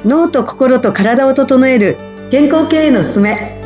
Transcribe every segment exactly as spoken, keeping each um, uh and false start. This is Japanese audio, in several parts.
脳と心と体を整える健康経営のすすめ。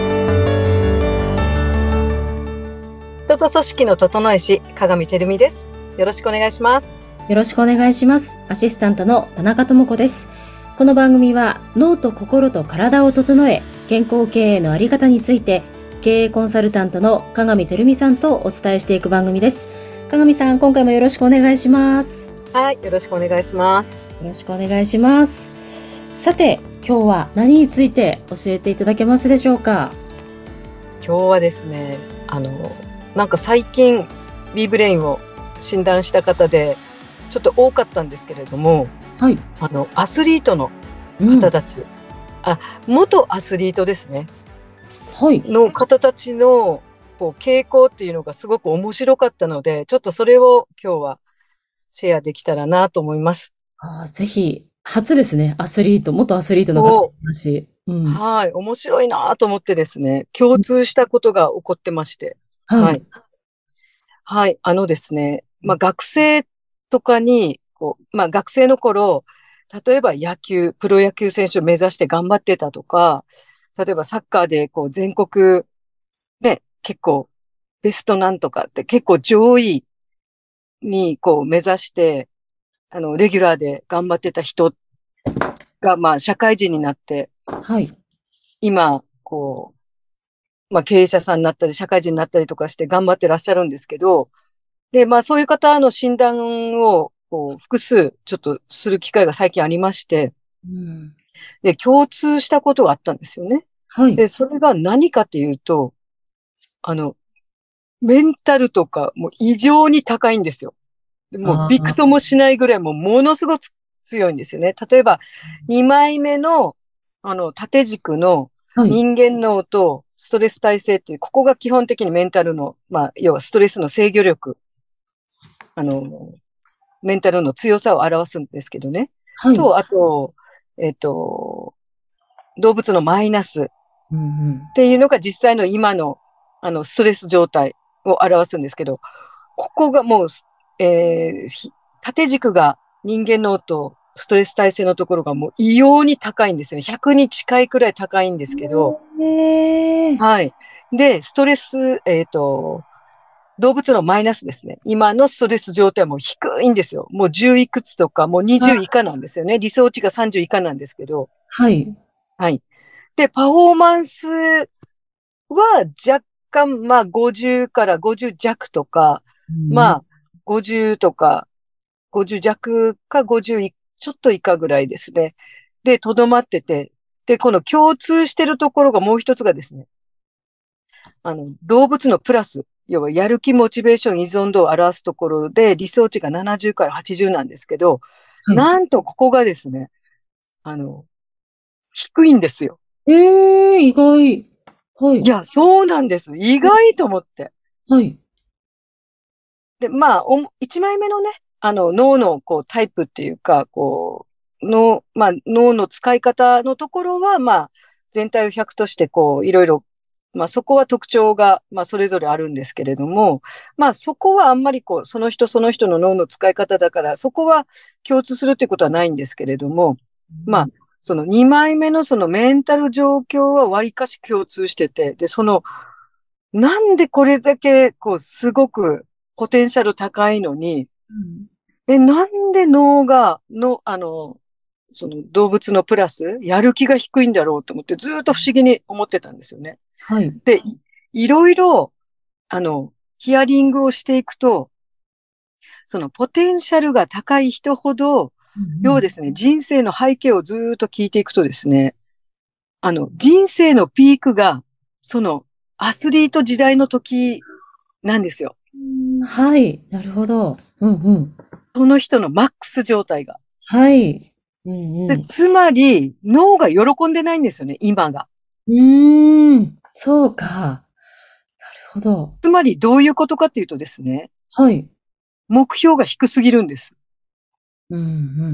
人と組織の整え師、鏡てるみです。よろしくお願いします。 よろしくお願いします。アシスタントの田中智子です。この番組は脳と心と体を整え、健康経営のあり方について経営コンサルタントの鏡てるみさんとお伝えしていく番組です。鏡さん、今回もよろしくお願いします。 はい、よろしくお願いします。 よろしくお願いします。さて、今日は何について教えていただけますでしょうか？ 今日はですね、あのなんか最近 B ブレインを診断した方でちょっと多かったんですけれども、 はい、 あのアスリートの方たち、うん、あ元アスリートですね、 はい、 の方たちのこう傾向っていうのがすごく面白かったので、ちょっとそれを今日はシェアできたらなと思います。 あ、ぜひ。初ですね。アスリート、元アスリートの方の話。うん、 はい、面白いなと思ってですね、共通したことが起こってまして、 はい、 はい、はい、あのですね、まあ学生とかにこう、まあ学生の頃、例えば野球、プロ野球選手を目指して頑張ってたとか、例えばサッカーでこう全国ね、結構ベストなんとかって結構上位にこう目指して、あの、レギュラーで頑張ってた人が、まあ社会人になって、 はい、 今、こう、まあ経営者さんになったり、社会人になったりとかして頑張ってらっしゃるんですけど、で、まあそういう方の診断を、こう、複数ちょっとする機会が最近ありまして、 うん、 で、共通したことがあったんですよね。 はい。 で、それが何かっていうと、あの、メンタルとかもう異常に高いんですよ。もうびくともしないぐらいもうものすごく強いんですよね。例えば、にまいめの、あの、縦軸の人間脳とストレス耐性っていう、ここが基本的にメンタルの、まあ、要はストレスの制御力、あの、メンタルの強さを表すんですけどね。 はい、 と、あと、えっと、動物のマイナスっていうのが実際の今の、あの、ストレス状態を表すんですけど、ここがもう、えー、縦軸が人間脳とストレス耐性のところがもう異様に高いんですよね。ひゃくに近いくらい高いんですけど、 へー、 はい。で、ストレス、えっと、動物のマイナスですね。今のストレス状態はもう低いんですよ。もうじゅういくつとか、もうにじゅう以下なんですよね。理想値がさんじゅう以下なんですけど。 はい。 はい。で、パフォーマンスは若干、まあごじゅうからごじゅう弱とか、 うん、 まあごじゅうとか、ごじゅう弱かごじゅうちょっと以下ぐらいですね。で、とどまってて。で、この共通してるところがもう一つがですね、あの、動物のプラス、要はやる気、モチベーション、依存度を表すところで、理想値がななじゅうからはちじゅうなんですけど、 はい、 なんとここがですね、あの、低いんですよ。 えー、意外。はい。 いや、そうなんです。意外と思って。 はい。 で、まあ、お、一枚目のね、あの、脳のこうタイプっていうか、こう、脳、まあ、脳の使い方のところは、まあ、全体をひゃくとしてこう、いろいろ、まあ、そこは特徴が、まあ、それぞれあるんですけれども、まあ、そこはあんまりこう、その人その人の脳の使い方だから、そこは共通するっていうことはないんですけれども、まあ、そのにまいめのそのメンタル状況は割かし共通してて、で、その、なんでこれだけ、こう、すごくポテンシャル高いのに、 うん、 え、なんで脳が、の、あの、その動物のプラス、やる気が低いんだろうと思って、ずっと不思議に思ってたんですよね。 はい。 で、い、いろいろ、あの、ヒアリングをしていくと、そのポテンシャルが高い人ほど、 うん、 要はですね、人生の背景をずっと聞いていくとですね、あの、人生のピークが、その、アスリート時代の時なんですよ。 うん、はい。なるほど。うんうん。 その人のマックス状態が。 はい。うんで、 うん。 つまり、脳が喜んでないんですよね、今が。 うーん、そうか。なるほど。 つまり、どういうことかっていうとですね、 はい。 目標が低すぎるんです。 うんうん。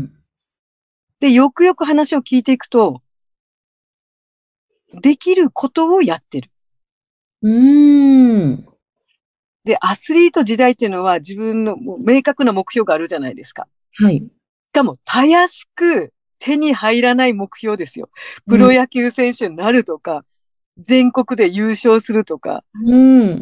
で、よくよく話を聞いていくと、できることをやってる。 うーん。 で、アスリート時代っていうのは自分のもう明確な目標があるじゃないですか。 はい。 しかも、たやすく手に入らない目標ですよ。プロ野球選手になるとか、全国で優勝するとか、 うん。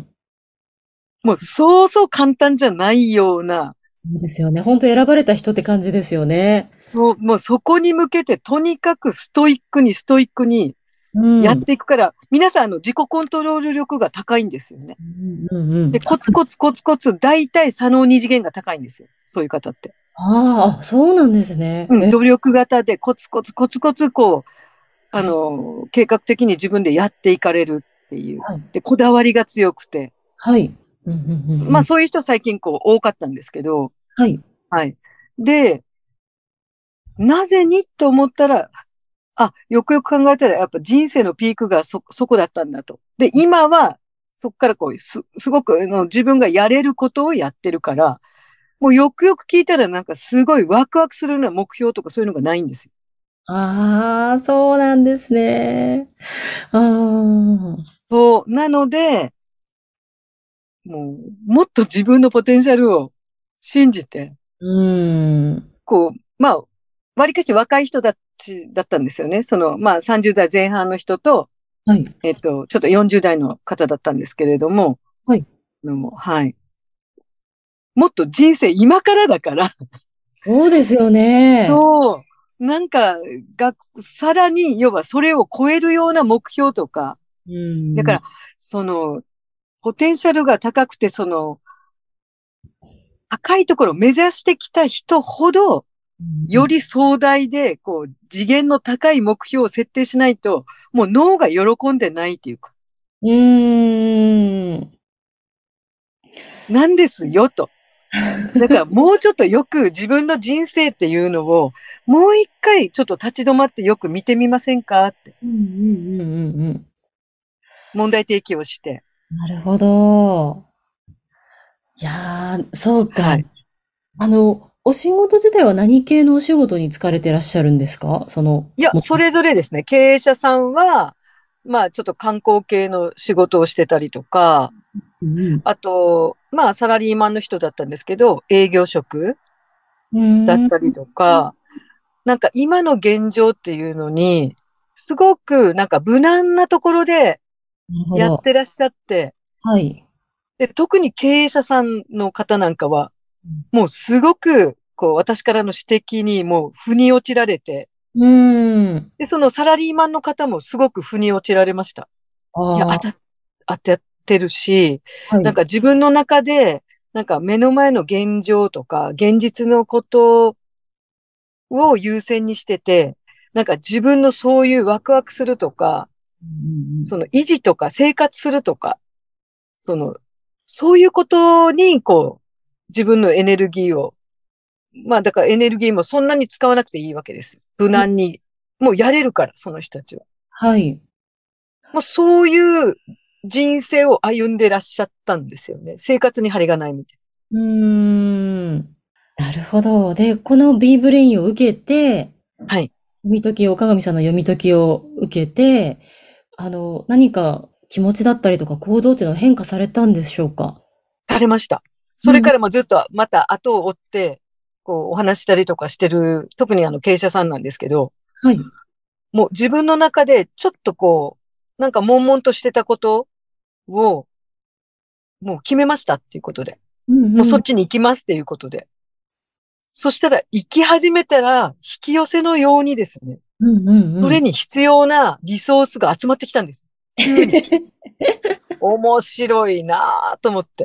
もうそうそう簡単じゃないような、 そうですよね。本当選ばれた人って感じですよね。 もうもうそこに向けてとにかくストイックにストイックにやっうん。 ていくから、皆さんあの自己コントロール力が高いんですよね。 うんうんうん。 で、コツコツコツコツ、大体左脳二次元が高いんですよ。そういう方って。 ああ、そうなんですね。 うん、 え、 努力型でコツコツコツコツこう、あの、計画的に自分でやっていかれるっていう。 はい。 で、こだわりが強くて。 はい。うんうんうんうん。 まあそういう人最近こう多かったんですけど、 はい。 はい。で、なぜにと思ったら、あ、よくよく考えたらやっぱ人生のピークがそ、そこだったんだと。で、今はそこからこう、す、すごくあの自分がやれることをやってるから、もうよくよく聞いたらなんかすごいワクワクするような目標とかそういうのがないんですよ。 ああ、そうなんですね。ああ。 そう。なので、もう、もっと自分のポテンシャルを信じて、 うーん。 こう、まあ、割かし若い人だち、だったんですよね。その、まあ、さんじゅう代前半の人と、 はい。 えっと、ちょっとよんじゅう代の方だったんですけれども、 はい。 あのはい。もっと人生今からだから、 そうですよね。 そう、なんか、が、さらに、要はそれを超えるような目標とか、 うーん。 だから、その、ポテンシャルが高くて、その、高いところを目指してきた人ほど、より壮大で、こう、次元の高い目標を設定しないと、もう脳が喜んでないっていうか、 うーん。 なんですよ、と。だからもうちょっとよく自分の人生っていうのを、もう一回ちょっと立ち止まってよく見てみませんかって、 うんうんうんうんうん。 問題提起をして。 なるほど。いやー、そうか。 はい。 あの、お仕事自体は何系のお仕事に就かれてらっしゃるんですか？その、 いや、 も、 それぞれですね。経営者さんは、まあちょっと観光系の仕事をしてたりとか、 うんあと、まあサラリーマンの人だったんですけど、営業職うん。うーん。 だったりとか、なんか今の現状っていうのに、すごくなんか無難なところでなるほやっど。 てらっしゃって、 はい。 で、特に経営者さんの方なんかは、 うん。 もうすごく、こう、私からの指摘にもう腑に落ちられて、 うーん。 で、そのサラリーマンの方もすごく腑に落ちられました。いや、 ああ、 当た、当たってるし、 はい。 なんか自分の中で、なんか目の前の現状とか、現実のことを優先にしてて、なんか自分のそういうワクワクするとか、 うんうんその維持とか生活するとか、その、そういうことに、こう、自分のエネルギーを、まあだからエネルギーもそんなに使わなくていいわけですよ。無うん。 難に。もうやれるから、その人たちは。 はい。 もうそういう人生を歩んでらっしゃったんですよね。生活に張りがないみたうーん。なるほど。で、この B ブレインを受けて、 いな。はい。 読み解きを、鏡さんの読み解きを受けて、あの、何か気持ちだったりとか行動っていうのは変化されたんでしょうか？ されました。そうんうん。 れからもずっとまた後を追って、こう、お話したりとかしてる、特にあの経営者さんなんですけど、 はい。 もう自分の中でちょっとこう、なんか悶々としてたことを、もう決めましたっていうことで。 うんうん。 もうそっちに行きますっていうことで。そしたら行き始めたら、引き寄せのようにですね、 うんうんうん。 それに必要なリソースが集まってきたんです。急に。面白いなぁと思って。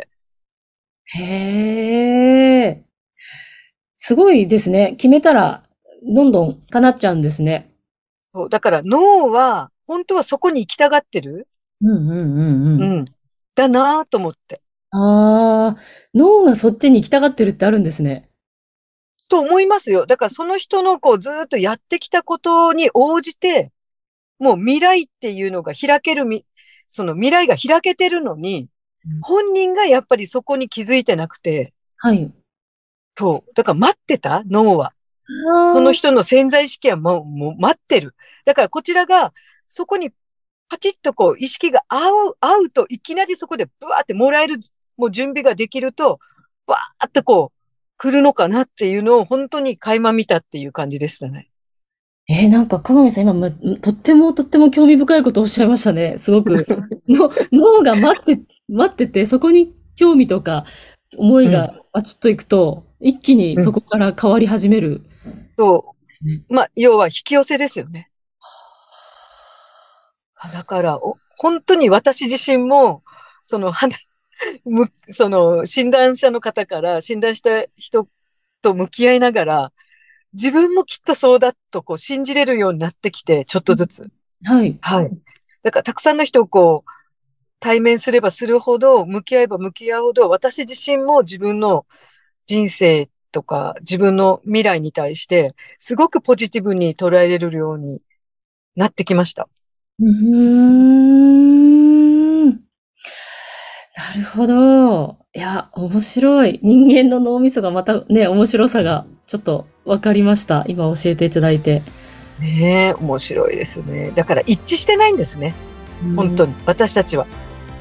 へえ。すごいですね。決めたら、どんどん叶っちゃうんですね。 そうだから脳は、本当はそこに行きたがってる。 うんうんうんうん。 うん。だなぁと思って。 ああ、脳がそっちに行きたがってるってあるんですね。 と思いますよ。だからその人のこうずーっとやってきたことに応じて、もう未来っていうのが開けるみ、その未来が開けてるのに、 うん。 本人がやっぱりそこに気づいてなくて、 はい。 そう。だから待ってた脳は。そのああ、 人の潜在意識はもう、もう待ってる。だからこちらが、そこにパチッとこう意識が合う、合うといきなりそこでブワーってもらえる、もう準備ができると、バーってこう来るのかなっていうのを本当に垣間見たっていう感じでしたね。 えー、なんか、鏡さん今、むとってもとっても興味深いことをおっしゃいましたね。すごく。の脳が待って、待ってて、そこに興味とか思いうん。 がバチッといくと、一気にうん。 そこから変わり始める。 そですね。 う。まあ、要は引き寄せですよね。あだから、お本当に私自身も、その、はなむ、その、診断者の方から診断した人と向き合いながら、自分もきっとそうだとこう信じれるようになってきて、ちょっとずつ。 はい。 はい。だから、たくさんの人をこう、対面すればするほど、向き合えば向き合うほど、私自身も自分の人生とか、自分の未来に対して、すごくポジティブに捉えれるようになってきました。 うーん。なるほど。いや、面白い。人間の脳みそがまたね、面白さがちょっとわかりました。今教えていただいて。 ねえ、面白いですね。だから一致してないんですね。本当に。私たちは。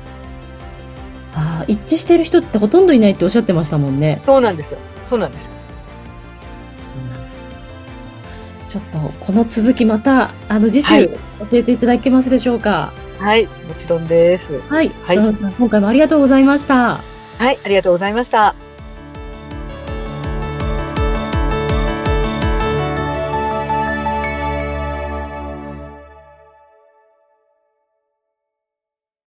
ああ、一致してる人ってほとんどいないっておっしゃってましたもんね。 そうなんですよ。そうなんですよ。 ちょっと、この続きまた、あの、次はい。 週教えていただけますでしょうか。 はい。もちろんです。 はい。 はい。 今回もありがとうございました。 はい。ありがとうございました。